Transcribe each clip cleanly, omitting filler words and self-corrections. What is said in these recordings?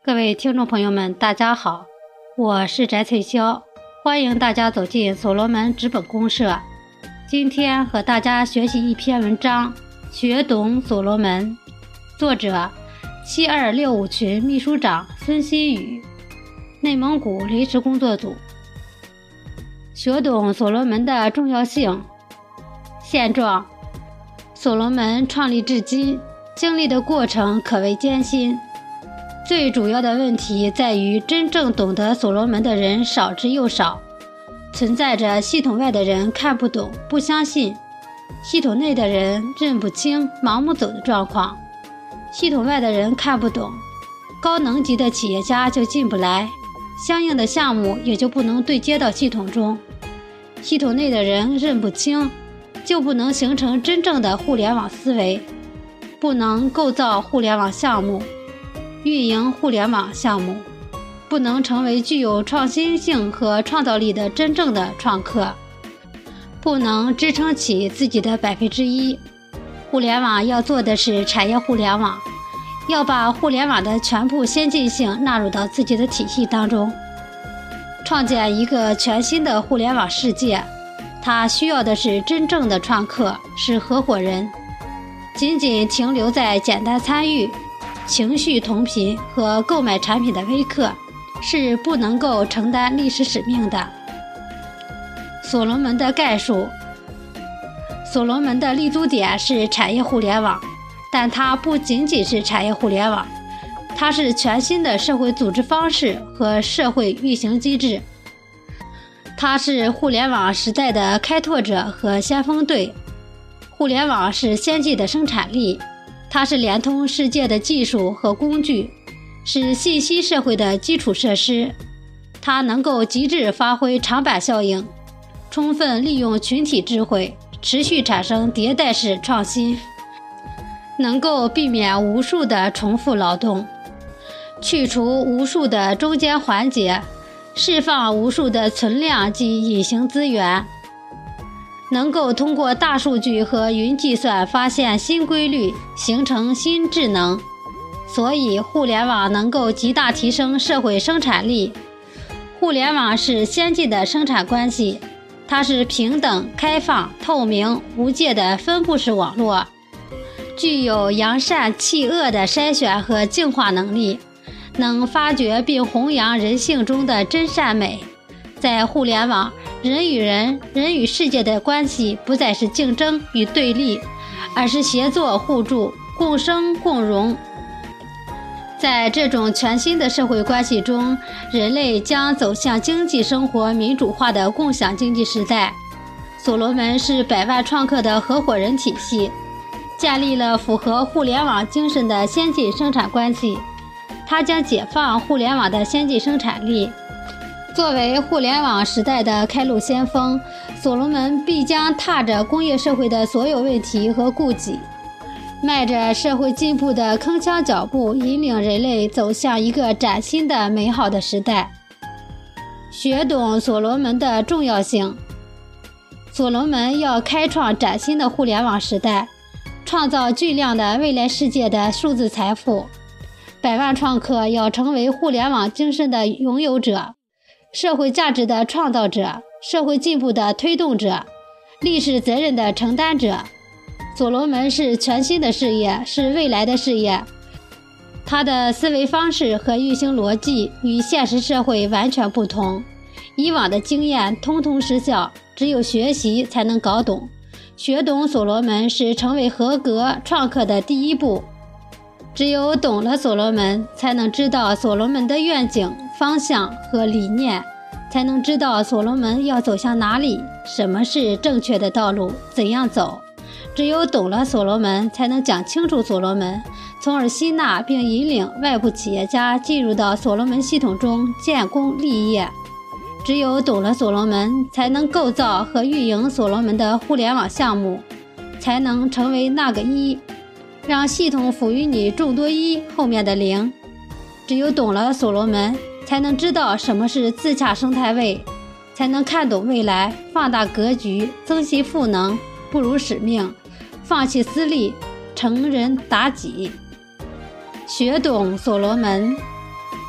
各位听众朋友们，大家好，我是翟翠霄，欢迎大家走进所罗门纸本公社。今天和大家学习一篇文章，学懂所罗门，作者7265群秘书长孙希宇，内蒙古临时工作组。学懂所罗门的重要性。现状：所罗门创立至今，经历的过程可谓艰辛。最主要的问题在于真正懂得所罗门的人少之又少，存在着系统外的人看不懂、不相信，系统内的人认不清、盲目走的状况。系统外的人看不懂，高能级的企业家就进不来，相应的项目也就不能对接到系统中。系统内的人认不清，就不能形成真正的互联网思维，不能构造互联网项目，运营互联网项目，不能成为具有创新性和创造力的真正的创客，不能支撑起自己的1%。互联网要做的是产业互联网，要把互联网的全部先进性纳入到自己的体系当中，创建一个全新的互联网世界。它需要的是真正的创客，是合伙人。仅仅停留在简单参与、情绪同频和购买产品的微客，是不能够承担历史使命的。所罗门的概述。所罗门的立足点是产业互联网，但它不仅仅是产业互联网，它是全新的社会组织方式和社会运行机制。它是互联网时代的开拓者和先锋队。互联网是先进的生产力，它是联通世界的技术和工具，是信息社会的基础设施。它能够极致发挥长板效应，充分利用群体智慧，持续产生迭代式创新，能够避免无数的重复劳动，去除无数的中间环节，释放无数的存量及隐形资源，能够通过大数据和云计算发现新规律，形成新智能。所以互联网能够极大提升社会生产力。互联网是先进的生产关系，它是平等、开放、透明、无界的分布式网络，具有扬善弃恶的筛选和净化能力，能发掘并弘扬人性中的真善美。在互联网，人与人、人与世界的关系不再是竞争与对立，而是协作互助、共生共荣。在这种全新的社会关系中，人类将走向经济生活民主化的共享经济时代。所罗门是100万创客的合伙人体系，建立了符合互联网精神的先进生产关系。它将解放互联网的先进生产力。作为互联网时代的开路先锋，所罗门必将踏着工业社会的所有问题和顾忌，迈着社会进步的铿锵脚步，引领人类走向一个崭新的美好的时代。学懂所罗门的重要性。所罗门要开创崭新的互联网时代，创造巨量的未来世界的数字财富。100万创客要成为互联网精神的拥有者，社会价值的创造者，社会进步的推动者，历史责任的承担者。所罗门是全新的事业，是未来的事业。他的思维方式和运行逻辑与现实社会完全不同，以往的经验通通失效，只有学习才能搞懂。学懂所罗门是成为合格创客的第一步。只有懂了所罗门，才能知道所罗门的愿景、方向和理念，才能知道所罗门要走向哪里，什么是正确的道路，怎样走。只有懂了所罗门，才能讲清楚所罗门，从而吸纳并引领外部企业家进入到所罗门系统中建功立业。只有懂了所罗门，才能构造和运营所罗门的互联网项目，才能成为那个一，让系统赋予你众多一后面的零。只有懂了所罗门，才能知道什么是自洽生态位，才能看懂未来，放大格局，增信赋能，不辱使命，放弃私利，成人达己。学懂所罗门。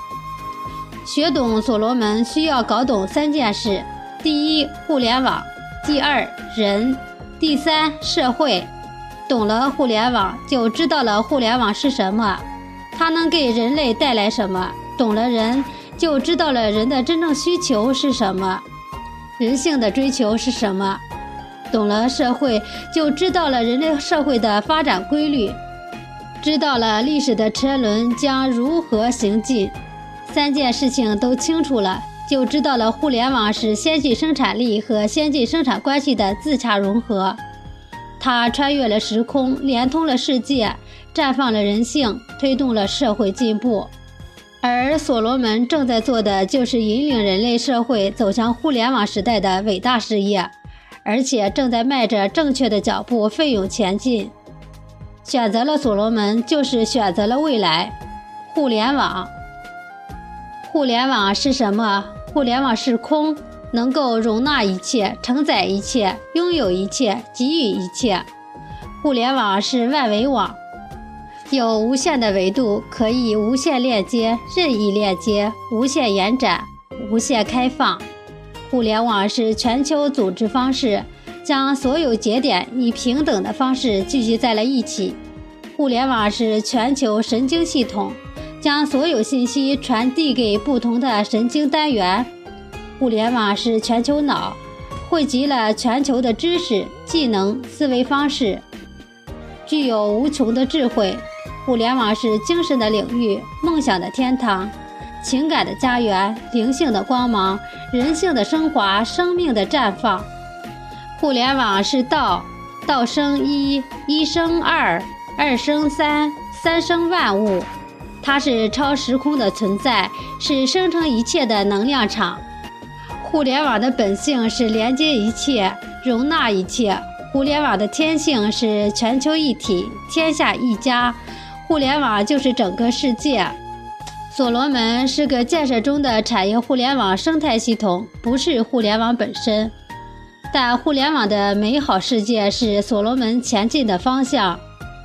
学懂所罗门需要搞懂3件事：第一，互联网；第二，人；第三，社会。懂了互联网，就知道了互联网是什么，它能给人类带来什么；懂了人，就知道了人的真正需求是什么，人性的追求是什么；懂了社会，就知道了人类社会的发展规律，知道了历史的车轮将如何行进。3件事情都清楚了，就知道了互联网是先进生产力和先进生产关系的自洽融合。它穿越了时空，连通了世界，绽放了人性，推动了社会进步。而所罗门正在做的就是引领人类社会走向互联网时代的伟大事业，而且正在迈着正确的脚步奋勇前进。选择了所罗门，就是选择了未来。互联网。互联网是什么？互联网是空，能够容纳一切，承载一切，拥有一切，给予一切。互联网是万维网，有无限的维度，可以无限链接、任意链接、无限延展、无限开放。互联网是全球组织方式，将所有节点以平等的方式聚集在了一起。互联网是全球神经系统，将所有信息传递给不同的神经单元。互联网是全球脑，汇集了全球的知识、技能、思维方式，具有无穷的智慧。互联网是精神的领域，梦想的天堂，情感的家园，灵性的光芒，人性的升华，生命的绽放。互联网是道，道生一，一生二，二生三，三生万物。它是超时空的存在，是生成一切的能量场。互联网的本性是连接一切，容纳一切。互联网的天性是全球一体，天下一家。互联网就是整个世界。所罗门是个建设中的产业互联网生态系统，不是互联网本身。但互联网的美好世界是所罗门前进的方向。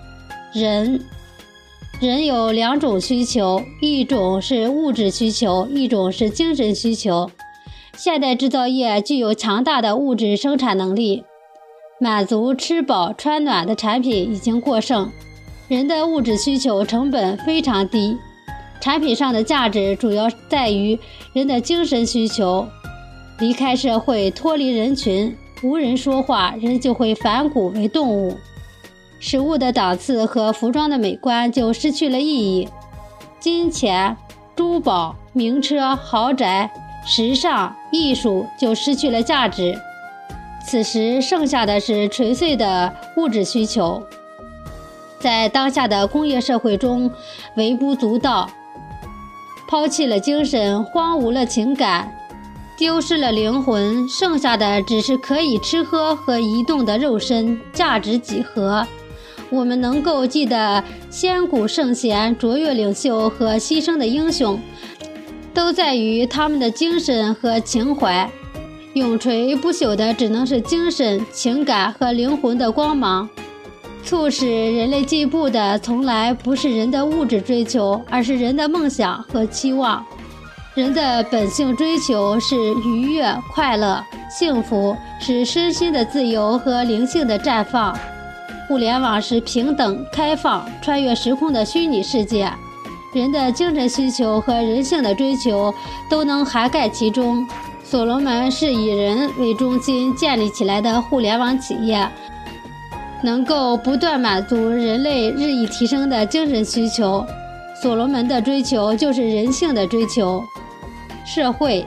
人有2种需求，一种是物质需求，一种是精神需求。现代制造业具有强大的物质生产能力，满足吃饱穿暖的产品已经过剩，人的物质需求成本非常低，产品上的价值主要在于人的精神需求。离开社会，脱离人群，无人说话，人就会反骨为动物，食物的档次和服装的美观就失去了意义，金钱、珠宝、名车、豪宅、时尚、艺术就失去了价值。此时剩下的是纯粹的物质需求。在当下的工业社会中，微不足道，抛弃了精神，荒芜了情感，丢失了灵魂，剩下的只是可以吃喝和移动的肉身，价值几何？我们能够记得先古圣贤、卓越领袖和牺牲的英雄，都在于他们的精神和情怀。永垂不朽的只能是精神、情感和灵魂的光芒。促使人类进步的从来不是人的物质追求，而是人的梦想和期望。人的本性追求是愉悦、快乐、幸福，是身心的自由和灵性的绽放。互联网是平等、开放、穿越时空的虚拟世界，人的精神需求和人性的追求都能涵盖其中。所罗门是以人为中心建立起来的互联网企业，能够不断满足人类日益提升的精神需求。所罗门的追求就是人性的追求。社会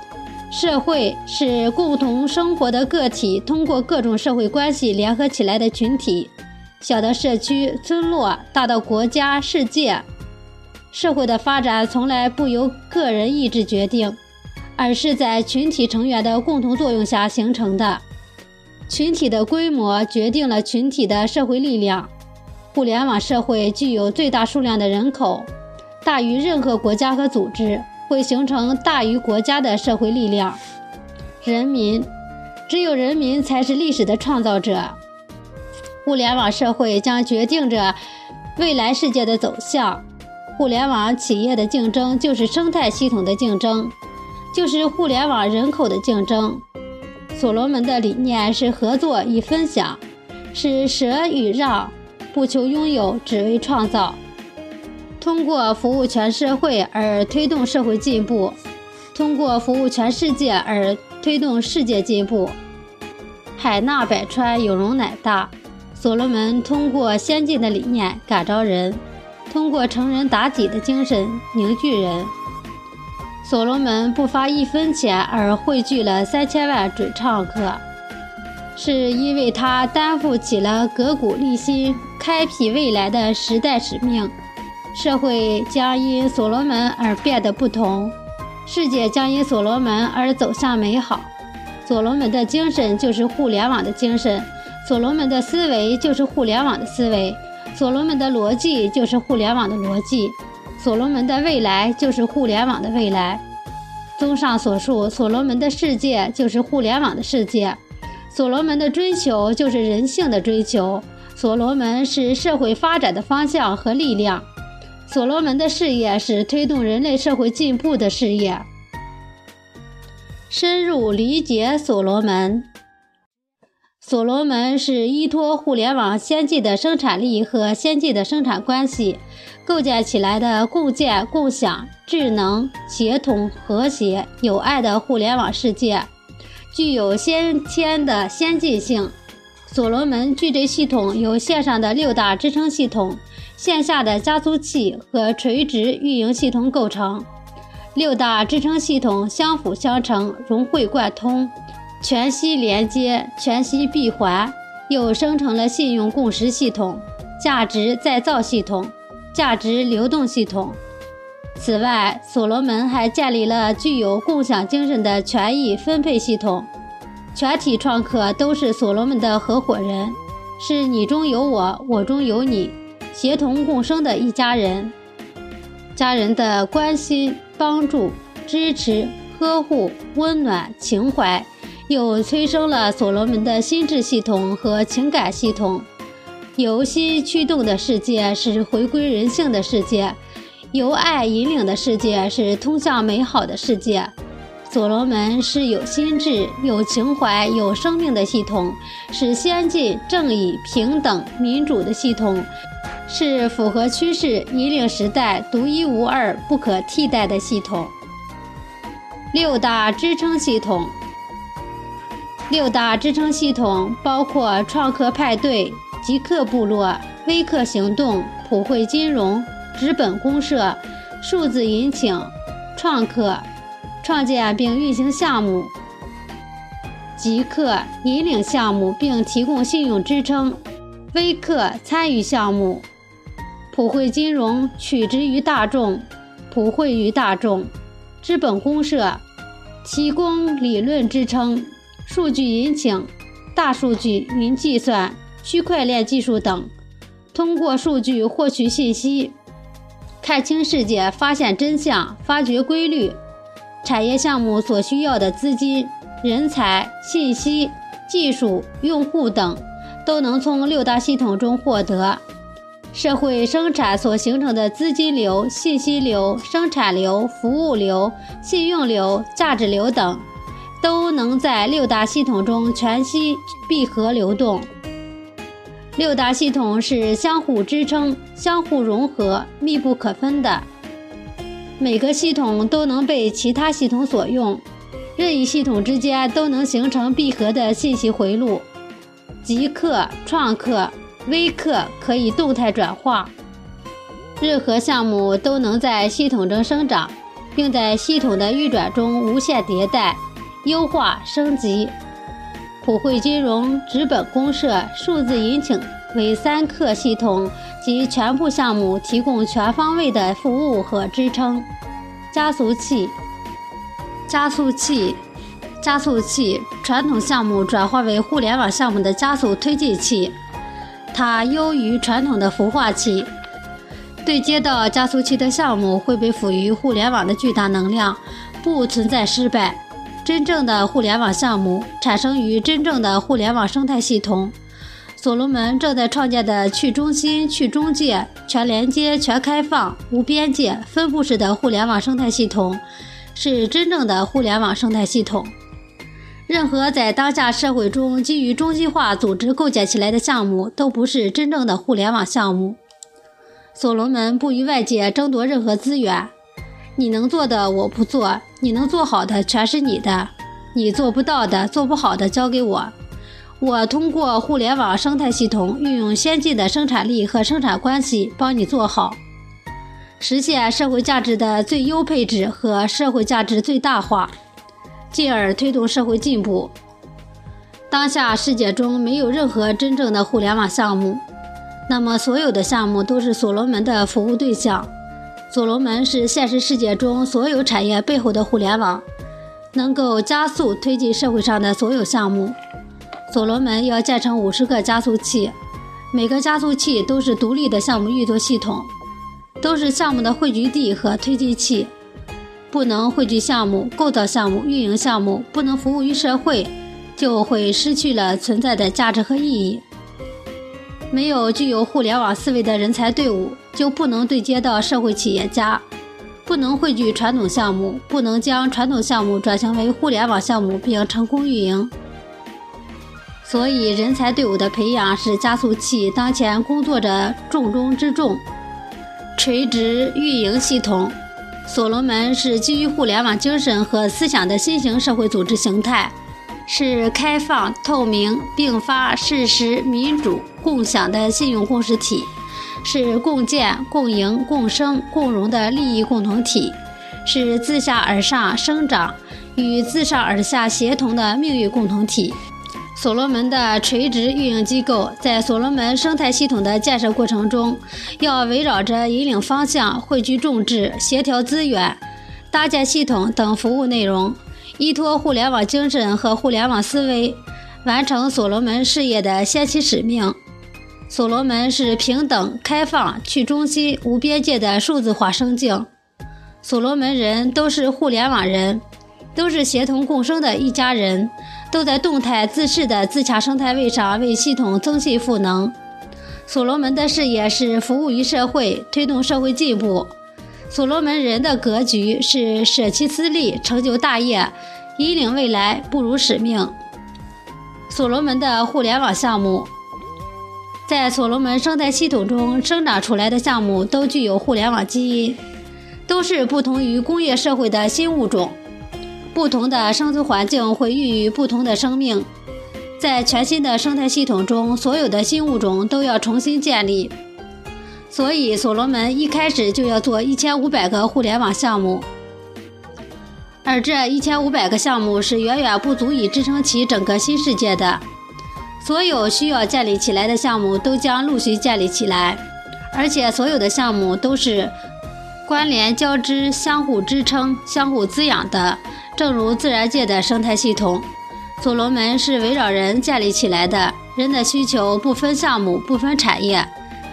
是共同生活的个体通过各种社会关系联合起来的群体，小到社区、村落，大到国家、世界。社会的发展从来不由个人意志决定，而是在群体成员的共同作用下形成的。群体的规模决定了群体的社会力量。互联网社会具有最大数量的人口，大于任何国家和组织，会形成大于国家的社会力量。人民，只有人民才是历史的创造者。互联网社会将决定着未来世界的走向。 互联网企业的竞争就是生态系统的竞争，就是互联网人口的竞争。所罗门的理念是合作与分享，是舍与让，不求拥有，只为创造。通过服务全社会而推动社会进步，通过服务全世界而推动世界进步。海纳百川，有容乃大。所罗门通过先进的理念感召人，通过成人达己的精神凝聚人。所罗门不发1分钱而汇聚了3000万准唱客，是因为他担负起了革古立新、开辟未来的时代使命。社会将因所罗门而变得不同，世界将因所罗门而走向美好。所罗门的精神就是互联网的精神，所罗门的思维就是互联网的思维，所罗门的逻辑就是互联网的逻辑，所罗门的未来就是互联网的未来。综上所述，所罗门的世界就是互联网的世界，所罗门的追求就是人性的追求，所罗门是社会发展的方向和力量，所罗门的事业是推动人类社会进步的事业。深入理解所罗门。所罗门是依托互联网先进的生产力和先进的生产关系构建起来的共建、共享、智能、协同、和谐、有爱的互联网世界，具有先天的先进性。所罗门矩阵系统由线上的6大支撑系统、线下的加速器和垂直运营系统构成。6大支撑系统相辅相成，融会贯通，全息连接，全息闭环，又生成了信用共识系统、价值再造系统、价值流动系统。此外，所罗门还建立了具有共享精神的权益分配系统，全体创客都是所罗门的合伙人，是你中有我，我中有你，协同共生的一家人。家人的关心、帮助、支持、呵护、温暖、情怀，又催生了所罗门的心智系统和情感系统。由心驱动的世界是回归人性的世界，由爱引领的世界是通向美好的世界。所罗门是有心智、有情怀、有生命的系统，是先进、正义、平等、民主的系统，是符合趋势、引领时代、独一无二、不可替代的系统。6大支撑系统。6大支撑系统包括创客派对、极客部落、微客行动、普惠金融、纸本公社、数字引请、创客创建并运行项目，极客引领项目并提供信用支撑，微客参与项目，普惠金融取之于大众，普惠于大众，资本公社提供理论支撑，数据引请、大数据、云计算、区块链技术等，通过数据获取信息，看清世界，发现真相，发掘规律。产业项目所需要的资金、人才、信息、技术、用户等都能从6大系统中获得。社会生产所形成的资金流、信息流、生产流、服务流、信用流、价值流等都能在6大系统中全息闭合流动。6大系统是相互支撑、相互融合、密不可分的，每个系统都能被其他系统所用，任意系统之间都能形成闭合的信息回路。极客、创客、微客可以动态转化，任何项目都能在系统中生长，并在系统的运转中无限迭代、优化、升级。普惠金融、纸本公社、数字引请为3客系统及全部项目提供全方位的服务和支撑。加速器传统项目转化为互联网项目的加速推进器，它优于传统的孵化器。对接到加速器的项目会被赋予互联网的巨大能量，不存在失败。真正的互联网项目产生于真正的互联网生态系统。 所罗门正在创建的去中心、去中介、全连接、全开放、无边界、分布式的互联网生态系统，是真正的互联网生态系统。任何在当下社会中基于中心化组织构建起来的项目，都不是真正的互联网项目。所罗门不与外界争夺任何资源，你能做的我不做，你能做好的全是你的，你做不到的、做不好的交给我。我通过互联网生态系统，运用先进的生产力和生产关系帮你做好，实现社会价值的最优配置和社会价值最大化，进而推动社会进步。当下世界中没有任何真正的互联网项目，那么所有的项目都是所罗门的服务对象。所罗门是现实世界中所有产业背后的互联网，能够加速推进社会上的所有项目。所罗门要建成50个加速器，每个加速器都是独立的项目运作系统，都是项目的汇聚地和推进器。不能汇聚项目、构造项目、运营项目，不能服务于社会，就会失去了存在的价值和意义。没有具有互联网思维的人才队伍，就不能对接到社会企业家，不能汇聚传统项目，不能将传统项目转型为互联网项目并成功运营。所以人才队伍的培养是加速器当前工作的重中之重。垂直运营系统，所罗门是基于互联网精神和思想的新型社会组织形态，是开放、透明、并发、事实、民主、共享的信用共识体，是共建、共赢、共生、共荣的利益共同体，是自下而上生长与自上而下协同的命运共同体。所罗门的垂直运营机构在所罗门生态系统的建设过程中，要围绕着引领方向、汇聚众志、协调资源、搭建系统等服务内容，依托互联网精神和互联网思维，完成所罗门事业的先期使命。所罗门是平等、开放、去中心、无边界的数字化生境。所罗门人都是互联网人，都是协同共生的一家人，都在动态自适的自洽生态位上为系统增信赋能。所罗门的事业是服务于社会，推动社会进步。所罗门人的格局是舍弃私利，成就大业，引领未来，不辱使命。所罗门的互联网项目，在所罗门生态系统中生长出来的项目都具有互联网基因，都是不同于工业社会的新物种。不同的生存环境会孕育不同的生命，在全新的生态系统中，所有的新物种都要重新建立。所以所罗门一开始就要做1500个互联网项目，而这1500个项目是远远不足以支撑起整个新世界的。所有需要建立起来的项目都将陆续建立起来，而且所有的项目都是关联交织、相互支撑、相互滋养的，正如自然界的生态系统。所罗门是围绕人建立起来的，人的需求不分项目、不分产业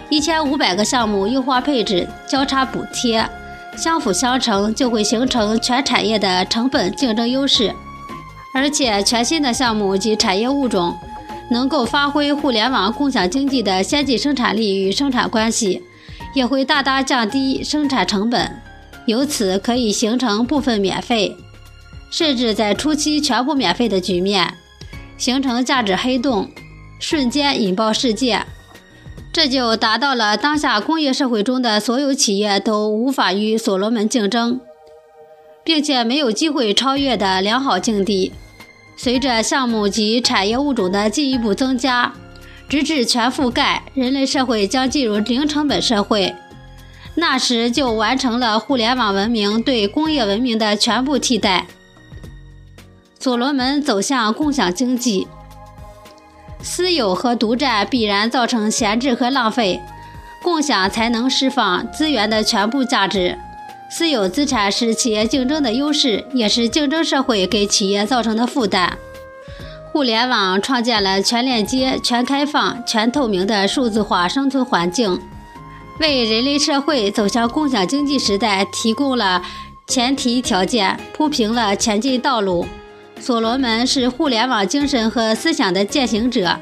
，1500个项目优化配置、交叉补贴，相辅相成，就会形成全产业的成本竞争优势。而且全新的项目及产业物种能够发挥互联网共享经济的先进生产力与生产关系，也会大大降低生产成本，由此可以形成部分免费，甚至在初期全部免费的局面，形成价值黑洞，瞬间引爆世界。这就达到了当下工业社会中的所有企业都无法与所罗门竞争，并且没有机会超越的良好境地。随着项目及产业物种的进一步增加，直至全覆盖，人类社会将进入零成本社会，那时就完成了互联网文明对工业文明的全部替代。所罗门走向共享经济，私有和独占必然造成闲置和浪费，共享才能释放资源的全部价值。私有资产是企业竞争的优势，也是竞争社会给企业造成的负担。互联网创建了全链接、全开放、全透明的数字化生存环境，为人类社会走向共享经济时代提供了前提条件，铺平了前进道路。所罗门是互联网精神和思想的践行者，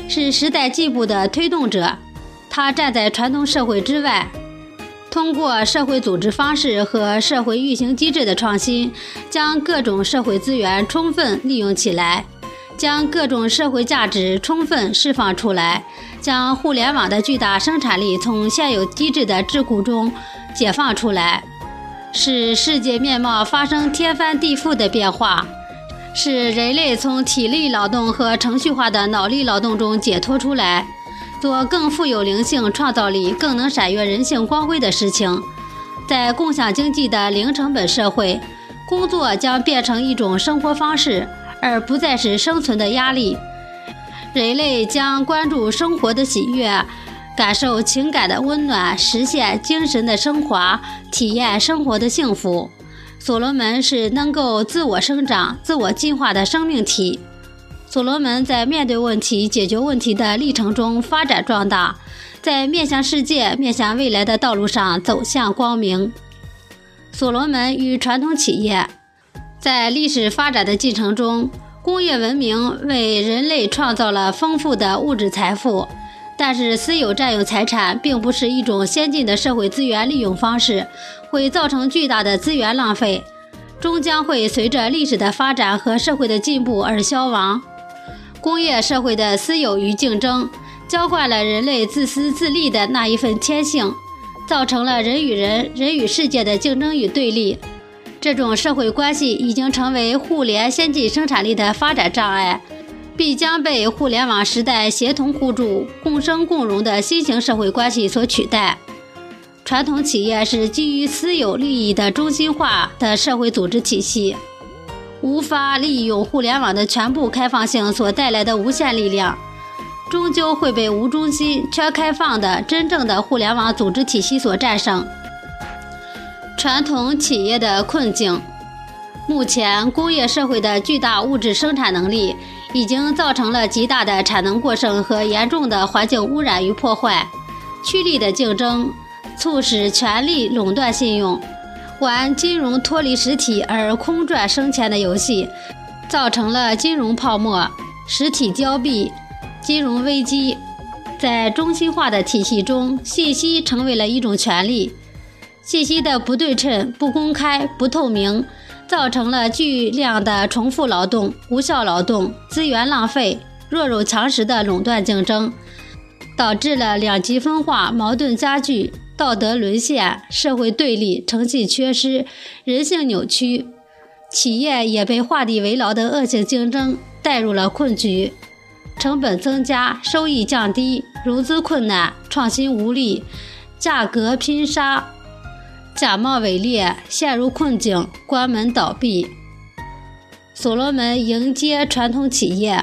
是时代进步的推动者。他站在传统社会之外，通过社会组织方式和社会运行机制的创新，将各种社会资源充分利用起来，将各种社会价值充分释放出来，将互联网的巨大生产力从现有机制的桎梏中解放出来，使世界面貌发生天翻地覆的变化，使人类从体力劳动和程序化的脑力劳动中解脱出来，做更富有灵性、创造力、更能闪耀人性光辉的事情。在共享经济的零成本社会，工作将变成一种生活方式，而不再是生存的压力。人类将关注生活的喜悦，感受情感的温暖，实现精神的升华，体验生活的幸福。所罗门是能够自我生长、自我进化的生命体。所罗门在面对问题、解决问题的历程中发展壮大，在面向世界、面向未来的道路上走向光明。所罗门与传统企业在历史发展的进程中，工业文明为人类创造了丰富的物质财富，但是私有占有财产并不是一种先进的社会资源利用方式，会造成巨大的资源浪费，终将会随着历史的发展和社会的进步而消亡。工业社会的私有与竞争，浇灌了人类自私自利的那一份天性，造成了人与人、人与世界的竞争与对立。这种社会关系已经成为互联先进生产力的发展障碍，必将被互联网时代协同互助、共生共荣的新型社会关系所取代。传统企业是基于私有利益的中心化的社会组织体系，无法利用互联网的全部开放性所带来的无限力量，终究会被无中心、全开放的真正的互联网组织体系所战胜。传统企业的困境。目前工业社会的巨大物质生产能力已经造成了极大的产能过剩和严重的环境污染与破坏，趋利的竞争促使权力垄断信用，玩金融脱离实体而空赚生钱的游戏，造成了金融泡沫、实体凋敝、金融危机。在中心化的体系中，信息成为了一种权利，信息的不对称、不公开、不透明，造成了巨量的重复劳动、无效劳动、资源浪费、弱肉强食的垄断竞争，导致了两极分化、矛盾加剧、道德沦陷、社会对立、诚信缺失、人性扭曲。企业也被画地为牢的恶性竞争带入了困局，成本增加，收益降低，融资困难，创新无力，价格拼杀，假冒伪劣，陷入困境，关门倒闭。所罗门迎接传统企业。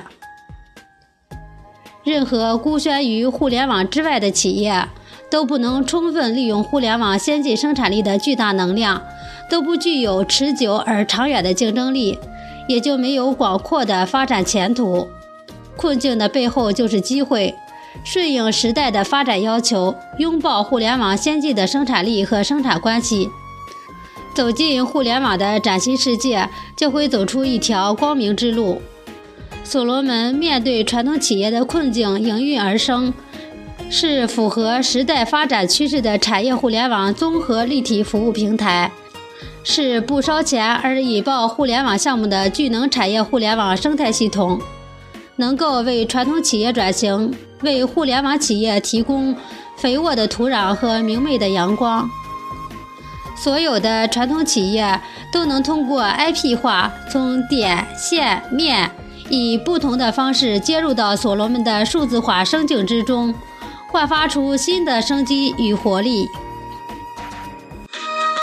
任何孤悬于互联网之外的企业都不能充分利用互联网先进生产力的巨大能量，都不具有持久而长远的竞争力，也就没有广阔的发展前途。困境的背后就是机会，顺应时代的发展要求，拥抱互联网先进的生产力和生产关系，走进互联网的崭新世界，就会走出一条光明之路。所罗门面对传统企业的困境应运而生，是符合时代发展趋势的产业互联网综合立体服务平台，是不烧钱而引爆互联网项目的巨能产业互联网生态系统，能够为传统企业转型、为互联网企业提供肥沃的土壤和明媚的阳光。所有的传统企业都能通过 IP 化，从点、线、面以不同的方式接入到所罗门的数字化生境之中，焕发出新的生机与活力。